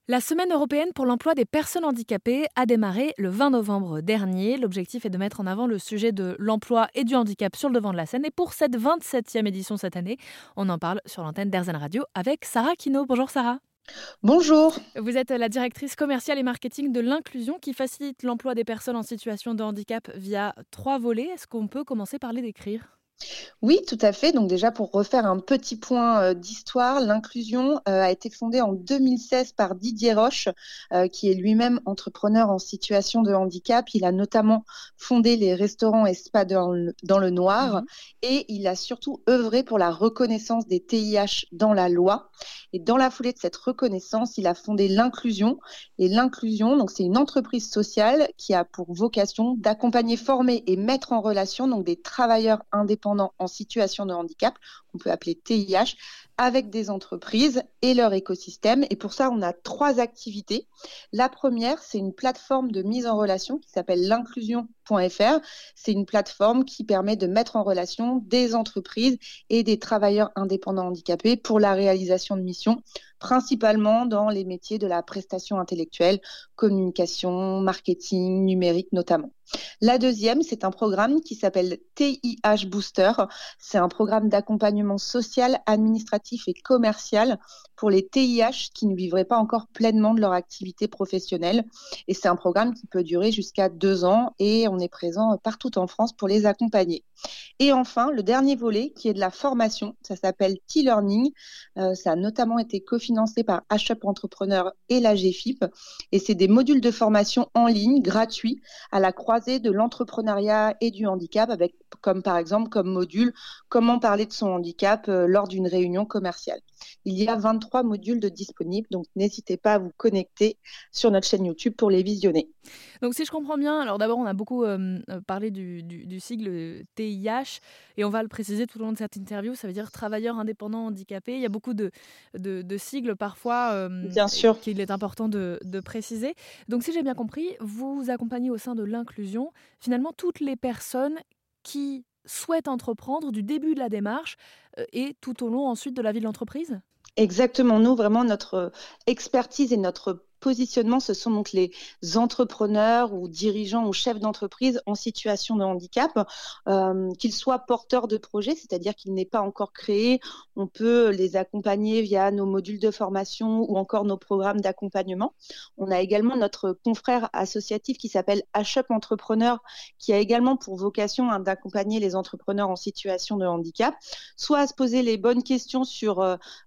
La Semaine européenne pour l'emploi des personnes handicapées a démarré le 20 novembre dernier. L'objectif est de mettre en avant le sujet de l'emploi et du handicap sur le devant de la scène. Et pour cette 27e édition cette année, on en parle sur l'antenne d'RZN Radio avec Sarah Quinault. Bonjour Sarah. Bonjour. Vous êtes la directrice commerciale et marketing de l'inclusion qui facilite l'emploi des personnes en situation de handicap via 3 volets. Est-ce qu'on peut commencer par les décrire ? Oui, tout à fait. Donc déjà, pour refaire un petit point d'histoire, l'inclusion a été fondée en 2016 par Didier Roche, qui est lui-même entrepreneur en situation de handicap. Il a notamment fondé les restaurants et spas dans le Noir et il a surtout œuvré pour la reconnaissance des TIH dans la loi. Et dans la foulée de cette reconnaissance, il a fondé l'inclusion. Et l'inclusion, donc c'est une entreprise sociale qui a pour vocation d'accompagner, former et mettre en relation donc des travailleurs indépendants en situation de handicap, qu'on peut appeler TIH, avec des entreprises et leur écosystème. Et pour ça, on a 3 activités. La première, c'est une plateforme de mise en relation qui s'appelle l'inclusion.fr. C'est une plateforme qui permet de mettre en relation des entreprises et des travailleurs indépendants handicapés pour la réalisation de missions, principalement dans les métiers de la prestation intellectuelle, communication, marketing, numérique notamment. La deuxième, c'est un programme qui s'appelle TIH Booster. C'est un programme d'accompagnement social, administratif et commercial pour les TIH qui ne vivraient pas encore pleinement de leur activité professionnelle. Et c'est un programme qui peut durer jusqu'à 2 ans et on est présent partout en France pour les accompagner. Et enfin, le dernier volet qui est de la formation, ça s'appelle T-Learning. Ça a notamment été cofinancé par HUP Entrepreneur et la GFIP. Et c'est des modules de formation en ligne gratuits à la croisée de l'entrepreneuriat et du handicap, avec comme par exemple comme module comment parler de son handicap lors d'une réunion commerciale. Il y a 23 modules de disponibles, donc n'hésitez pas à vous connecter sur notre chaîne YouTube pour les visionner. Donc si je comprends bien, alors d'abord on a beaucoup parlé du sigle TIH et on va le préciser tout au long de cette interview, ça veut dire travailleurs indépendants handicapés. Il y a beaucoup de sigles parfois Bien sûr. qu'il est important de préciser. Donc si j'ai bien compris, vous accompagnez au sein de l'inclusion finalement toutes les personnes qui souhaitent entreprendre du début de la démarche et tout au long ensuite de la vie de l'entreprise ? Exactement. Nous, vraiment, notre expertise et notre positionnement, ce sont donc les entrepreneurs ou dirigeants ou chefs d'entreprise en situation de handicap, qu'ils soient porteurs de projets, c'est-à-dire qu'ils n'aient pas encore créé. On peut les accompagner via nos modules de formation ou encore nos programmes d'accompagnement. On a également notre confrère associatif qui s'appelle HUP Entrepreneur, qui a également pour vocation d'accompagner les entrepreneurs en situation de handicap, soit à se poser les bonnes questions sur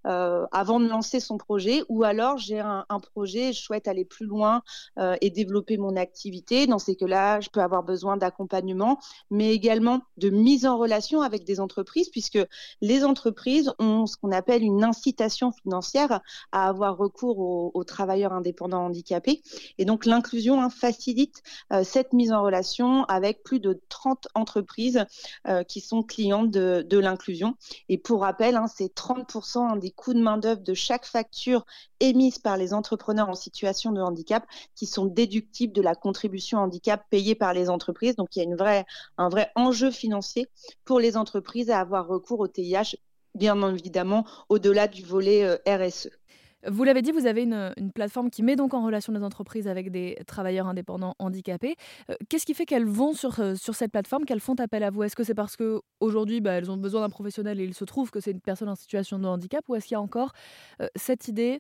avant de lancer son projet, ou alors j'ai un projet, je souhaite aller plus loin et développer mon activité. Dans ces cas-là, je peux avoir besoin d'accompagnement, mais également de mise en relation avec des entreprises, puisque les entreprises ont ce qu'on appelle une incitation financière à avoir recours aux travailleurs indépendants handicapés. Et donc l'inclusion facilite cette mise en relation avec plus de 30 entreprises qui sont clientes de l'inclusion. Et pour rappel, c'est 30% des coûts de main-d'œuvre de chaque facture émise par les entrepreneurs en situation de handicap qui sont déductibles de la contribution handicap payée par les entreprises. Donc, il y a un vrai enjeu financier pour les entreprises à avoir recours au TIH, bien évidemment, au-delà du volet RSE. Vous l'avez dit, vous avez une plateforme qui met donc en relation les entreprises avec des travailleurs indépendants handicapés. Qu'est-ce qui fait qu'elles vont sur cette plateforme, qu'elles font appel à vous ? Est-ce que c'est parce qu'aujourd'hui, elles ont besoin d'un professionnel et il se trouve que c'est une personne en situation de handicap, ou est-ce qu'il y a encore cette idée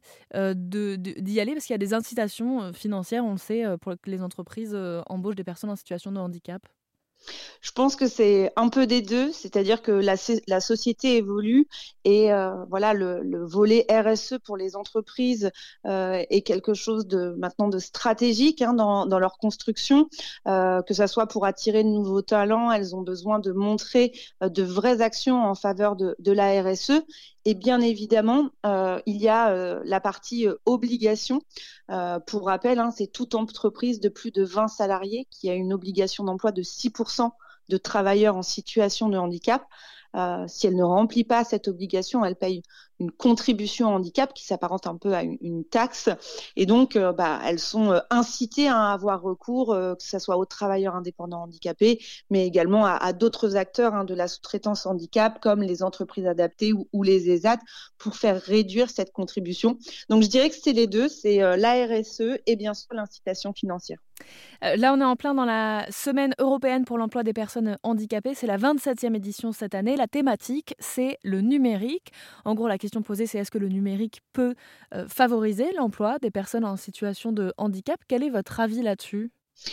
d'y aller parce qu'il y a des incitations financières, on le sait, pour que les entreprises embauchent des personnes en situation de handicap ? Je pense que c'est un peu des deux, c'est-à-dire que la société évolue et voilà, le volet RSE pour les entreprises est quelque chose maintenant de stratégique dans leur construction, que ça soit pour attirer de nouveaux talents, elles ont besoin de montrer de vraies actions en faveur de la RSE. Et bien évidemment, il y a la partie obligation. Pour rappel, c'est toute entreprise de plus de 20 salariés qui a une obligation d'emploi de 6% de travailleurs en situation de handicap. Si elle ne remplit pas cette obligation, elle paye une contribution handicap qui s'apparente un peu à une taxe. Et donc, elles sont incitées à avoir recours, que ce soit aux travailleurs indépendants handicapés, mais également à d'autres acteurs de la sous-traitance handicap, comme les entreprises adaptées ou les ESAT, pour faire réduire cette contribution. Donc, je dirais que c'est les deux, c'est la RSE et bien sûr l'incitation financière. Là, on est en plein dans la semaine européenne pour l'emploi des personnes handicapées. C'est la 27e édition cette année. La thématique, c'est le numérique. En gros, la question posée, c'est est-ce que le numérique peut favoriser l'emploi des personnes en situation de handicap? Quel est votre avis là-dessus?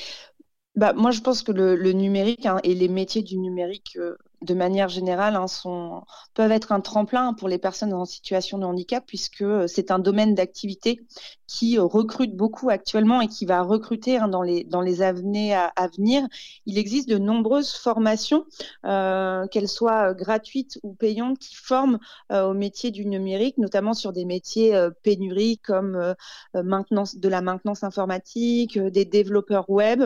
Moi, je pense que le numérique et les métiers du numérique, de manière générale, peuvent être un tremplin pour les personnes en situation de handicap, puisque c'est un domaine d'activité qui recrute beaucoup actuellement et qui va recruter dans les années à venir. Il existe de nombreuses formations, qu'elles soient gratuites ou payantes, qui forment au métier du numérique, notamment sur des métiers pénuriques comme de la maintenance informatique, des développeurs web.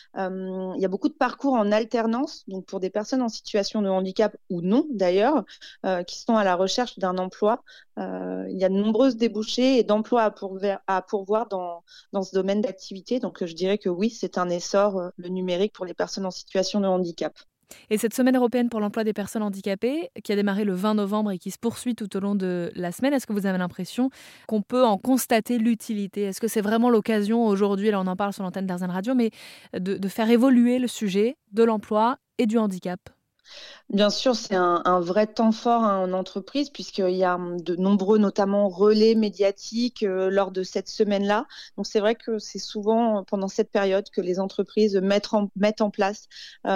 Il y a beaucoup de parcours en alternance, donc pour des personnes en situation de handicap ou non d'ailleurs, qui sont à la recherche d'un emploi. Il y a de nombreuses débouchés et d'emplois à pourvoir dans ce domaine d'activité. Donc je dirais que oui, c'est un essor, le numérique pour les personnes en situation de handicap. Et cette semaine européenne pour l'emploi des personnes handicapées, qui a démarré le 20 novembre et qui se poursuit tout au long de la semaine, est-ce que vous avez l'impression qu'on peut en constater l'utilité? Est-ce que c'est vraiment l'occasion aujourd'hui, là on en parle sur l'antenne d'Airzen Radio, mais de faire évoluer le sujet de l'emploi et du handicap? Bien sûr, c'est un vrai temps fort en entreprise, puisqu'il y a de nombreux, notamment, relais médiatiques lors de cette semaine-là. Donc, c'est vrai que c'est souvent pendant cette période que les entreprises mettent en place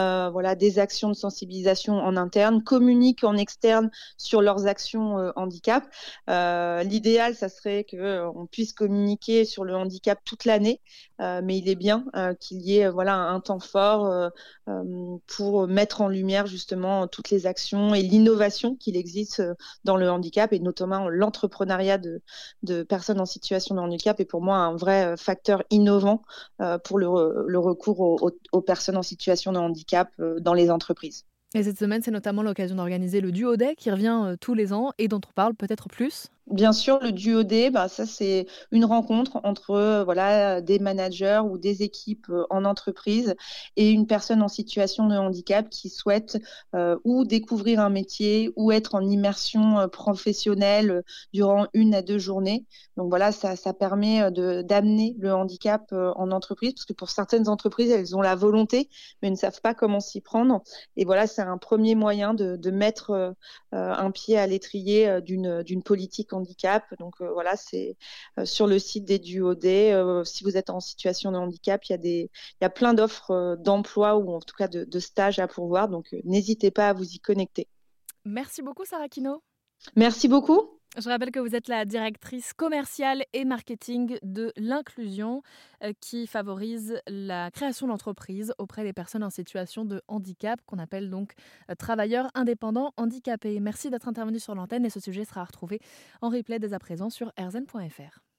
des actions de sensibilisation en interne, communiquent en externe sur leurs actions handicap. L'idéal, ça serait qu'on puisse communiquer sur le handicap toute l'année, mais il est bien qu'il y ait un temps fort pour mettre en lumière justement toutes les actions et l'innovation qu'il existe dans le handicap, et notamment l'entrepreneuriat de personnes en situation de handicap est pour moi un vrai facteur innovant pour le recours aux personnes en situation de handicap dans les entreprises. Et cette semaine, c'est notamment l'occasion d'organiser le Duo Day qui revient tous les ans et dont on parle peut-être plus. Bien sûr, le Duo Day, ça c'est une rencontre entre des managers ou des équipes en entreprise et une personne en situation de handicap qui souhaite ou découvrir un métier ou être en immersion professionnelle durant 1 à 2 journées. Donc voilà, ça permet d'amener le handicap en entreprise, parce que pour certaines entreprises, elles ont la volonté mais ne savent pas comment s'y prendre. Et voilà, c'est un premier moyen de mettre un pied à l'étrier d'une politique handicap. Donc c'est sur le site des Duo Day. Si vous êtes en situation de handicap, il y a plein d'offres d'emploi, ou en tout cas de stages à pourvoir. Donc n'hésitez pas à vous y connecter. Merci beaucoup, Sarah Kino. Merci beaucoup. Je rappelle que vous êtes la directrice commerciale et marketing de l'inclusion qui favorise la création d'entreprises auprès des personnes en situation de handicap, qu'on appelle donc travailleurs indépendants handicapés. Merci d'être intervenu sur l'antenne, et ce sujet sera retrouvé en replay dès à présent sur airzen.fr.